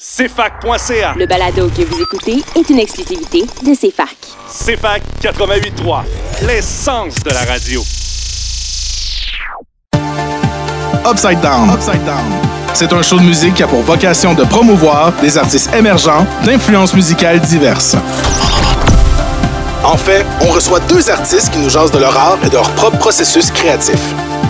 CFAC.ca. Le balado que vous écoutez est une exclusivité de CFAC. CFAC 88.3, l'essence de la radio. Upside Down. Upside Down. C'est un show de musique qui a pour vocation de promouvoir des artistes émergents d'influences musicales diverses. En fait, on reçoit deux artistes qui nous jasent de leur art et de leur propre processus créatif.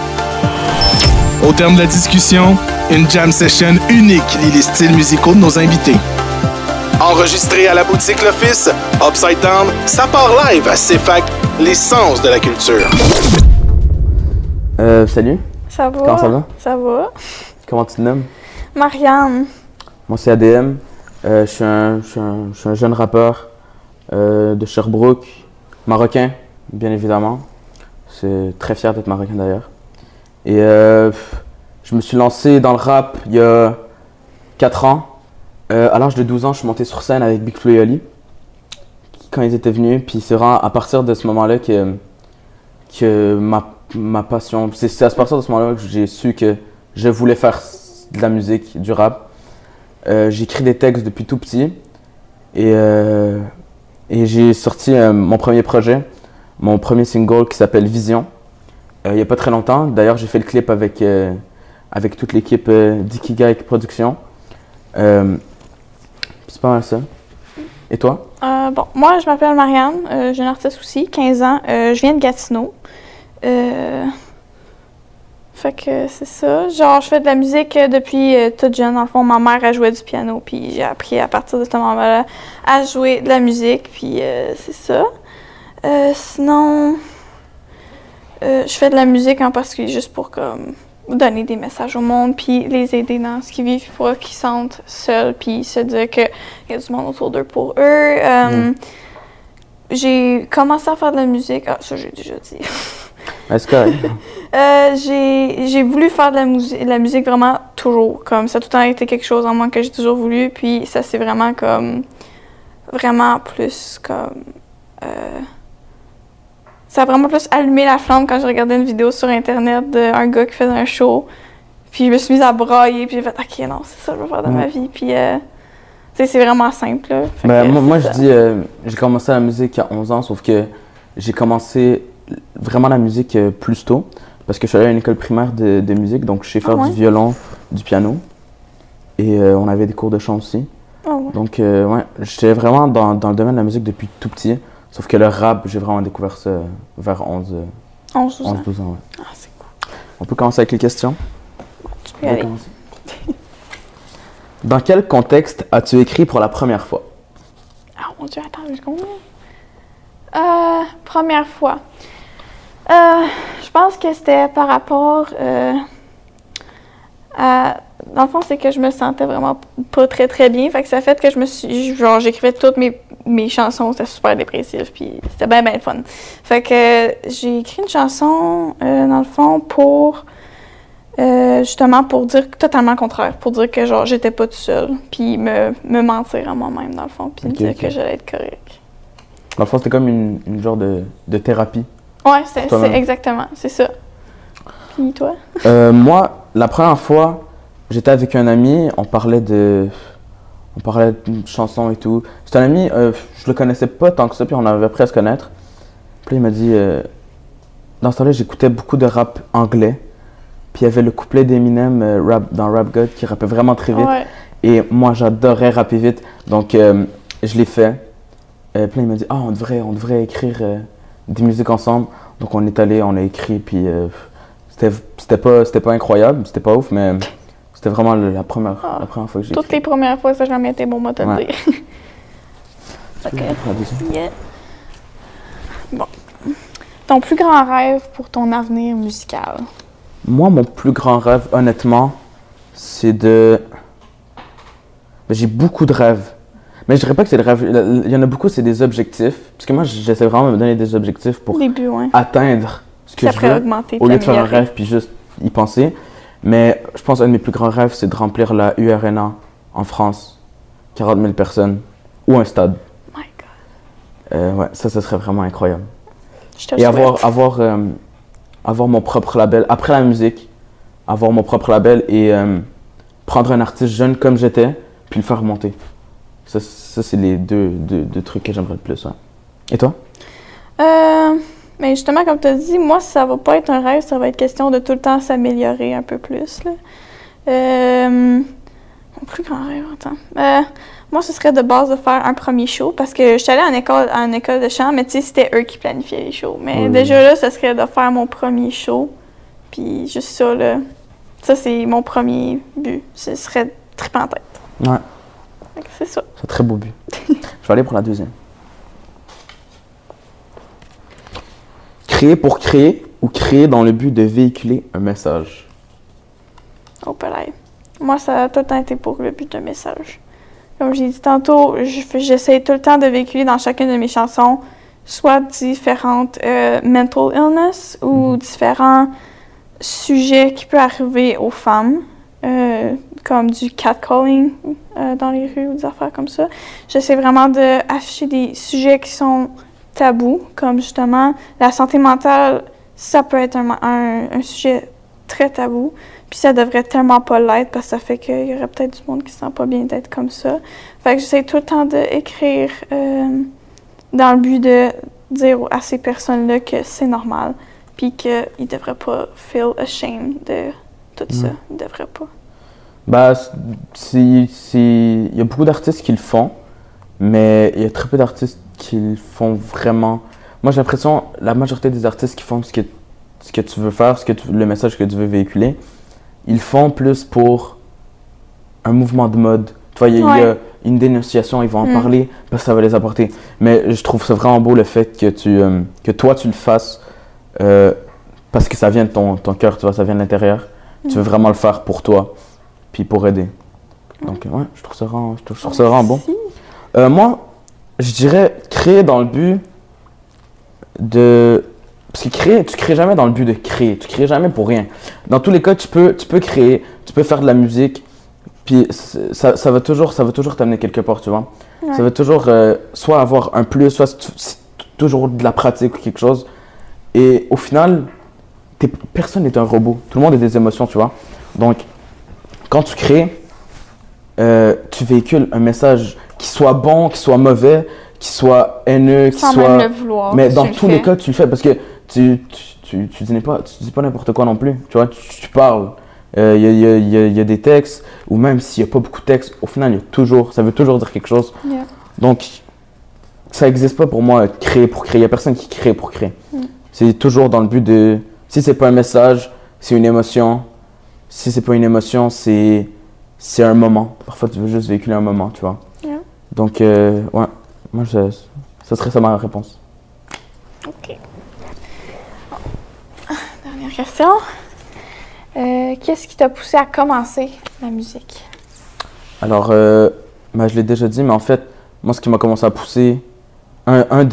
Au terme de la discussion, une jam session unique lie les styles musicaux de nos invités. Enregistré à la boutique L'Office, Upside Down, ça part live à CFAC, l'essence de la culture. Salut. Ça va? Comment ça va? Ça va. Comment tu te nommes? Marianne. Moi, c'est ADM. Je suis un jeune rappeur de Sherbrooke, marocain, bien évidemment. Je suis très fier d'être marocain d'ailleurs. Et je me suis lancé dans le rap il y a 4 ans. À l'âge de 12 ans, je suis monté sur scène avec Big Flo et Oli quand ils étaient venus. Puis c'est vraiment à partir de ce moment-là que ma passion... C'est à partir de ce moment-là que j'ai su que je voulais faire de la musique, du rap. J'écris des textes depuis tout petit. Et j'ai sorti mon premier projet, mon premier single qui s'appelle Vision. Il n'y a pas très longtemps. D'ailleurs, j'ai fait le clip avec toute l'équipe d'Ikigai Production. C'est pas mal ça. Et toi? Bon, moi, je m'appelle Marianne. Je suis une artiste aussi, 15 ans. Je viens de Gatineau. Fait que c'est ça. Genre, je fais de la musique depuis toute jeune. Dans le fond, ma mère, elle jouait du piano. Puis j'ai appris à partir de ce moment-là à jouer de la musique. Puis c'est ça. Sinon, je fais de la musique en particulier juste pour comme donner des messages au monde puis les aider dans ce qu'ils vivent pour pas qu'ils se sentent seuls puis se dire qu'il y a du monde autour d'eux pour eux. J'ai commencé à faire de la musique. Ah, ça, j'ai déjà dit. Est-ce que... j'ai voulu faire de la musique vraiment toujours. Comme ça a tout le temps été quelque chose en moi que j'ai toujours voulu. Puis ça c'est vraiment comme... Vraiment plus comme... ça a vraiment plus allumé la flamme quand j'ai regardé une vidéo sur Internet d'un gars qui faisait un show. Puis je me suis mise à brailler. Puis j'ai fait « OK, non, c'est ça que je veux faire dans ma vie. » Puis c'est vraiment simple. Là. Moi je dis... j'ai commencé la musique à 11 ans, sauf que j'ai commencé vraiment la musique plus tôt. Parce que je suis allé à une école primaire de musique, donc je sais faire du violon, du piano. Et on avait des cours de chant aussi. Donc ouais, j'étais vraiment dans le domaine de la musique depuis tout petit. Sauf que le rap, j'ai vraiment découvert ça vers 11-12 ans. Ouais. Ah, c'est cool. On peut commencer avec les questions? Tu peux y aller. Dans quel contexte as-tu écrit pour la première fois? Ah mon Dieu, attends une seconde. Première fois. Je pense que c'était par rapport à... Dans le fond, c'est que je me sentais vraiment pas très très bien. Fait que ça a fait que j'écrivais toutes mes chansons, c'était super dépressif, puis c'était bien le fun. Fait que j'ai écrit une chanson, dans le fond, pour... justement pour dire totalement le contraire, pour dire que genre j'étais pas toute seule, puis me mentir à moi-même, dans le fond, puis dire que j'allais être correcte. Dans le fond, c'était comme une genre de thérapie. Ouais, c'est exactement, c'est ça. Puis toi? Moi, la première fois, j'étais avec un ami, on parlait de chansons et tout. C'était un ami, je le connaissais pas tant que ça, puis on avait presque connaître. Puis il m'a dit, dans ce temps-là, j'écoutais beaucoup de rap anglais. Puis il y avait le couplet d'Eminem dans Rap God qui rappait vraiment très vite. Ouais. Et moi, j'adorais rapper vite, donc je l'ai fait. Puis là, il m'a dit, on devrait écrire des musiques ensemble. Donc on est allé, on a écrit, puis c'était pas incroyable, c'était pas ouf, mais c'était vraiment la première fois que j'ai écrit. Toutes les premières fois, ça n'a jamais été bon, moi, te le dire. OK. Yeah. Bon. Ton plus grand rêve pour ton avenir musical? Moi, mon plus grand rêve, honnêtement, c'est j'ai beaucoup de rêves. Mais je dirais pas que c'est des rêves. Il y en a beaucoup, c'est des objectifs. Parce que moi, j'essaie vraiment de me donner des objectifs pour atteindre ce que je veux. Au lieu de faire un rêve puis juste y penser. Mais je pense qu'un de mes plus grands rêves, c'est de remplir la URNA en France. 40 000 personnes. Ou un stade. My God. Ouais, ça serait vraiment incroyable. Je te Et avoir mon propre label. Après la musique, avoir mon propre label et prendre un artiste jeune comme j'étais, puis le faire remonter. Ça c'est les deux trucs que j'aimerais le plus. Ouais. Et toi? Mais justement, comme tu as dit, moi, ça va pas être un rêve, ça va être question de tout le temps s'améliorer un peu plus. Là. Mon plus grand rêve, attends. Moi, ce serait de base de faire un premier show parce que je suis allée en école de chant, mais tu sais, c'était eux qui planifiaient les shows. Mais déjà là, ce serait de faire mon premier show. Puis juste ça, là. Ça, c'est mon premier but. Ce serait trippant en tête. Ouais. C'est ça. C'est un très beau but. Je vais aller pour la deuxième. Créer pour créer ou créer dans le but de véhiculer un message? Oh, palais. Moi, ça a tout le temps été pour le but d'un message. Comme j'ai dit tantôt, j'essaie tout le temps de véhiculer dans chacune de mes chansons soit différentes mental illness ou différents sujets qui peuvent arriver aux femmes, comme du catcalling dans les rues ou des affaires comme ça. J'essaie vraiment d'afficher des sujets qui sont tabous, comme justement la santé mentale, ça peut être un sujet très tabou, puis ça devrait tellement pas l'être parce que ça fait qu'il y aurait peut-être du monde qui se sent pas bien d'être comme ça. Fait que j'essaie tout le temps d'écrire dans le but de dire à ces personnes-là que c'est normal, puis qu'ils devraient pas feel ashamed de tout ça. Ils devraient pas. Bah, il y a beaucoup d'artistes qui le font, mais il y a très peu d'artistes qui le font vraiment. Moi, j'ai l'impression la majorité des artistes qui font ce que tu veux faire, le message que tu veux véhiculer, ils font plus pour un mouvement de mode. Tu vois, il y a une dénonciation, ils vont en parler parce que ça va les apporter. Mais je trouve ça vraiment beau le fait que toi tu le fasses parce que ça vient de ton cœur, tu vois, ça vient de l'intérieur. Tu veux vraiment le faire pour toi, puis pour aider. Donc ouais, je trouve ça vraiment bon. Moi, je dirais créer dans le but de... Parce que tu crées jamais dans le but de créer, tu crées jamais pour rien. Dans tous les cas, tu peux créer, tu peux faire de la musique, puis ça va toujours t'amener quelque part, tu vois. Ouais. Ça va toujours soit avoir un plus, soit c'est toujours de la pratique ou quelque chose. Et au final, personne n'est un robot, tout le monde a des émotions, tu vois. Donc, quand tu crées, tu véhicules un message qui soit bon, qui soit mauvais, qui soit haineux, qui sans soit... même le vouloir, mais dans tous les cas, tu le fais parce que tu dis pas n'importe quoi non plus, tu vois, tu parles. Il y a des textes, ou même s'il n'y a pas beaucoup de textes, au final, ça veut toujours dire quelque chose. Yeah. Donc, ça n'existe pas pour moi, créer pour créer. Il n'y a personne qui crée pour créer. C'est toujours dans le but de... Si c'est pas un message, c'est une émotion. Si c'est pas une émotion, c'est un moment. Parfois, tu veux juste véhiculer un moment, tu vois. Yeah. Donc, ouais, moi, ça serait ça ma réponse. OK. Dernière question. Qu'est-ce qui t'a poussé à commencer la musique? Alors, je l'ai déjà dit, mais en fait, moi, ce qui m'a commencé à pousser, un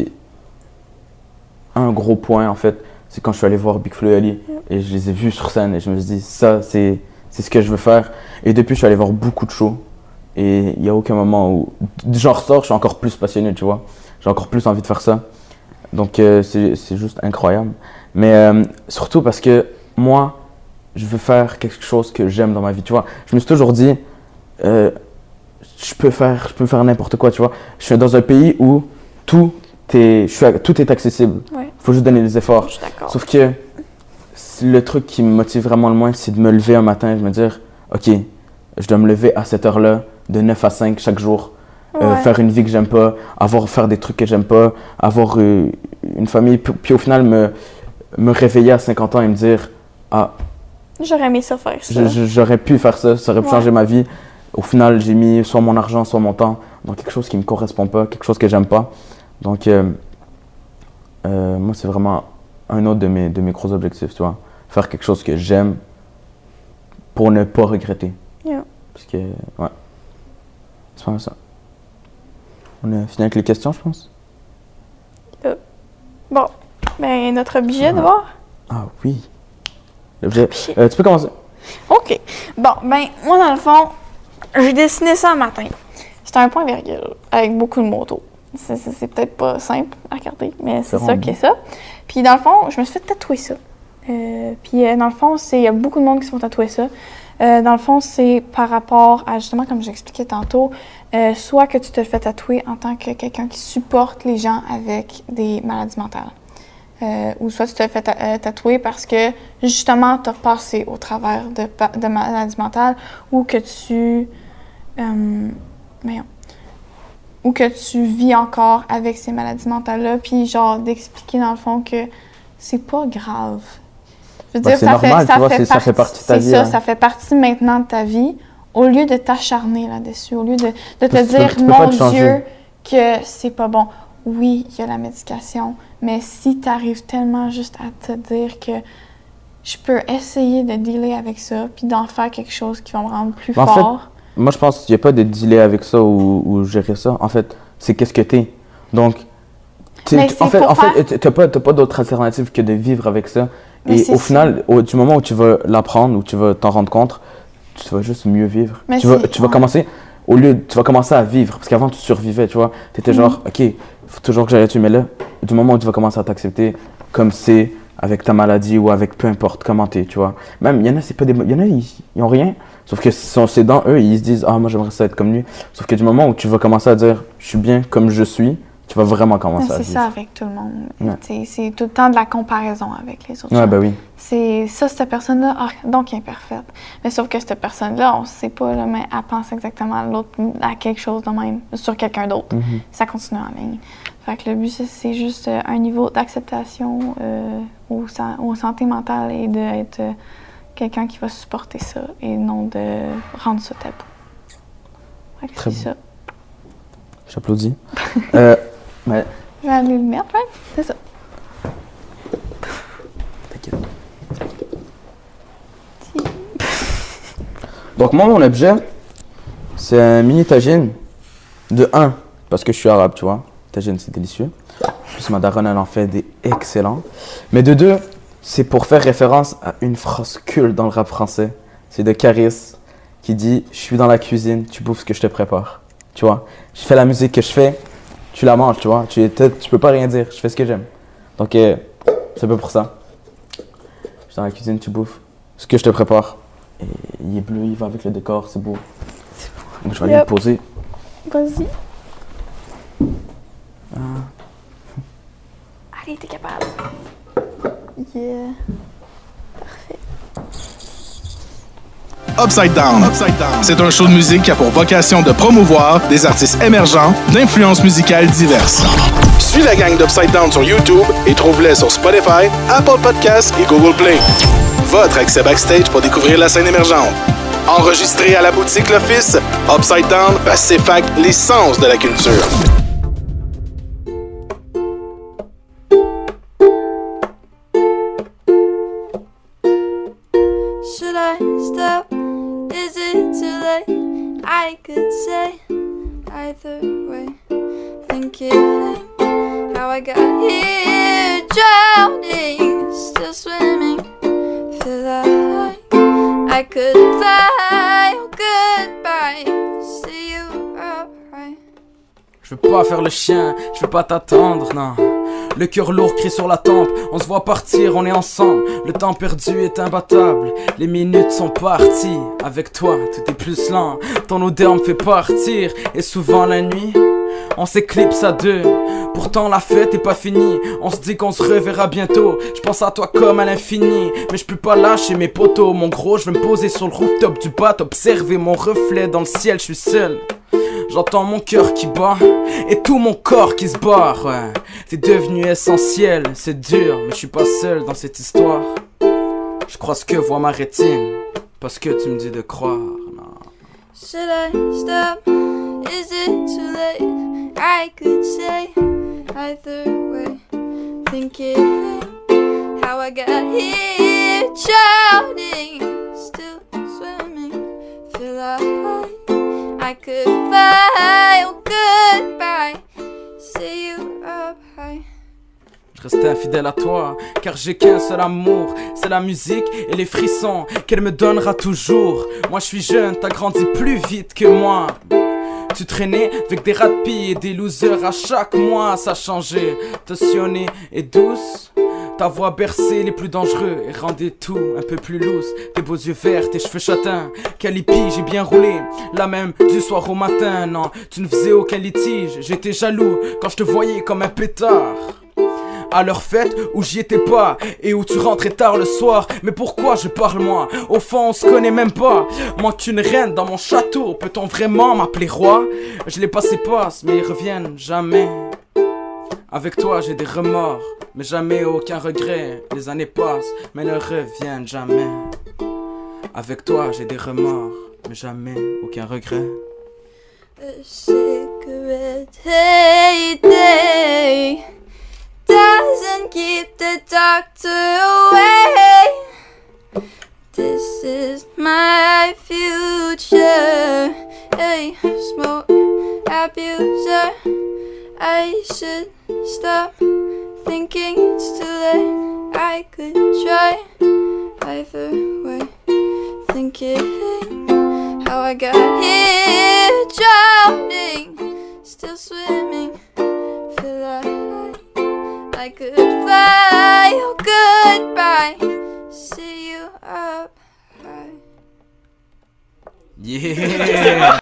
gros point, en fait, c'est quand je suis allé voir Big Flo et Ali. Et je les ai vus sur scène et je me suis dit, ça, c'est ce que je veux faire. Et depuis, je suis allé voir beaucoup de shows. Et il n'y a aucun moment où j'en ressors, je suis encore plus passionné, tu vois. J'ai encore plus envie de faire ça. Donc, c'est juste incroyable. Mais surtout parce que moi, je veux faire quelque chose que j'aime dans ma vie, tu vois. Je me suis toujours dit, je peux faire n'importe quoi, tu vois. Je suis dans un pays où tout est accessible. Il faut juste donner des efforts. Je suis d'accord. Sauf que le truc qui me motive vraiment le moins, c'est de me lever un matin et de me dire, OK, je dois me lever à cette heure-là, de 9 à 5 chaque jour. Faire une vie que j'aime pas, faire des trucs que j'aime pas, avoir une famille, puis au final me réveiller à 50 ans et me dire, ah, j'aurais aimé ça faire ça. J'aurais pu faire ça, ça aurait pu changer ma vie. Au final, j'ai mis soit mon argent, soit mon temps dans quelque chose qui me correspond pas, quelque chose que j'aime pas. Donc, moi, c'est vraiment un autre de mes gros objectifs, tu vois. Faire quelque chose que j'aime pour ne pas regretter. Yeah. Parce que, ouais, c'est vraiment ça. On a fini avec les questions, je pense. Bon, ben notre objet de voir. Ah oui. L'objet. Tu peux commencer. OK. Bon, ben moi, dans le fond, j'ai dessiné ça un matin. C'était un point-virgule avec beaucoup de motos. C'est peut-être pas simple à regarder, mais c'est ça qu'est ça. Puis dans le fond, je me suis fait tatouer ça. Puis dans le fond, il y a beaucoup de monde qui se font tatouer ça. Dans le fond, c'est par rapport à, justement, comme j'expliquais tantôt, soit que tu te fais tatouer en tant que quelqu'un qui supporte les gens avec des maladies mentales. Ou soit tu te fais tatouer parce que, justement, tu as passé au travers de maladies mentales ou que ou que tu vis encore avec ces maladies mentales-là, puis genre d'expliquer dans le fond que c'est pas grave. Je veux dire, c'est normal, ça fait partie de ta vie. C'est ça, ça fait partie maintenant de ta vie, au lieu de t'acharner là-dessus, au lieu de te dire, mon Dieu, que c'est pas bon. Oui, il y a la médication, mais si tu arrives tellement juste à te dire que je peux essayer de dealer avec ça, puis d'en faire quelque chose qui va me rendre plus fort. Fait, moi, je pense qu'il n'y a pas de dealer avec ça ou gérer ça. En fait, c'est qu'est-ce que t'es. Donc, tu n'as pas d'autre alternative que de vivre avec ça. Et au final, du moment où tu vas l'apprendre, où tu vas t'en rendre compte, tu vas juste mieux vivre. Tu vas commencer à vivre. Parce qu'avant, tu survivais, tu vois. Tu étais genre, OK, il faut toujours que j'aille tuer. Mais là, du moment où tu vas commencer à t'accepter comme c'est, avec ta maladie ou avec peu importe comment t'es, tu vois. Même, il y en a, ils ont rien. Sauf que c'est dans eux, ils se disent, ah, moi, j'aimerais ça être comme lui. Sauf que du moment où tu vas commencer à dire, je suis bien comme je suis, tu vas vraiment commencer à vivre. C'est ça avec tout le monde. Ouais. C'est tout le temps de la comparaison avec les autres. Ouais, ben oui. C'est ça, cette personne-là, donc elle est parfaite. Mais sauf que cette personne-là, on ne sait pas, là, mais elle pense exactement à quelque chose de même, sur quelqu'un d'autre. Mm-hmm. Ça continue en ligne. Fait que le but, c'est juste un niveau d'acceptation aux santé mentale et d'être quelqu'un qui va supporter ça et non de rendre ça tabou. Fait que c'est ça. J'applaudis. Mais... Je vais aller le mettre, ouais? C'est ça. T'inquiète. Donc moi, mon objet, c'est un mini tagine de 1, parce que je suis arabe, tu vois. Tagine, c'est délicieux. Plus ma daronne, elle en fait des excellents. Mais de 2, c'est pour faire référence à une phrase culte dans le rap français. C'est de Caris qui dit « Je suis dans la cuisine, tu bouffes ce que je te prépare. » Tu vois, je fais la musique que je fais, tu la manges, tu vois. Tu peux pas rien dire, je fais ce que j'aime. Donc, c'est un peu pour ça. Je suis dans la cuisine, tu bouffes ce que je te prépare. Et il est bleu, il va avec le décor, c'est beau. Donc, je vais aller le poser. Vas-y. Allez, t'es capable. Yeah. Parfait. Upside Down. C'est un show de musique qui a pour vocation de promouvoir des artistes émergents d'influences musicales diverses. Suis la gang d'Upside Down sur YouTube et trouve-les sur Spotify, Apple Podcasts et Google Play. Votre accès backstage pour découvrir la scène émergente. Enregistré à la boutique L'Office, Upside Down passe l'essence de la culture. Should I stop? Is it too late? I could say either way. Thinking how I got here, drowning, still swimming. Feel like I could fly. Oh, goodbye. See you upright. Je veux pas faire le chien, je veux pas t'attendre, non. Le cœur lourd crie sur la tempe, on se voit partir, on est ensemble. Le temps perdu est imbattable, les minutes sont parties. Avec toi, tout est plus lent, ton odeur me fait partir. Et souvent la nuit, on s'éclipse à 2. Pourtant la fête est pas finie, on se dit qu'on se reverra bientôt. Je pense à toi comme à l'infini, mais je peux pas lâcher mes poteaux. Mon gros, je vais me poser sur le rooftop du bateau, observer mon reflet dans le ciel, je suis seul. J'entends mon cœur qui bat et tout mon corps qui se barre. Ouais. T'es devenu essentiel, c'est dur, mais je suis pas seul dans cette histoire. Je crois ce que voit ma rétine, parce que tu me dis de croire. Non. Should I stop? Is it too late? I could say either way. Thinking how I got here, drowning, still swimming. Feel like I could fly. Oh, goodbye. See you up high. Je restais infidèle à toi, car j'ai qu'un seul amour. C'est la musique et les frissons qu'elle me donnera toujours. Moi je suis jeune, t'as grandi plus vite que moi. Tu traînais avec des rapides et des losers. À chaque mois ça changeait. Passionnée et douce, ta voix berçait les plus dangereux et rendait tout un peu plus loose. Tes beaux yeux verts, tes cheveux châtains. Calipi, j'ai bien roulé, la même du soir au matin. Non, tu ne faisais aucun litige. J'étais jaloux quand je te voyais comme un pétard à leur fête où j'y étais pas et où tu rentrais tard le soir. Mais pourquoi je parle moi? Au fond on se connaît même pas. Moi qu'une reine dans mon château, peut-on vraiment m'appeler roi? Je les passé passe mais ils reviennent jamais. Avec toi j'ai des remords mais jamais aucun regret. Les années passent mais ne reviennent jamais. Avec toi j'ai des remords mais jamais aucun regret. A cigarette heyday doesn't keep the doctor away. This is my future. Hey, smoke abuser. I should stop thinking it's too late. I could try either way. Thinking how I got here, drowning, still swimming. Feel like I could fly, oh goodbye, see you up high. Yeah.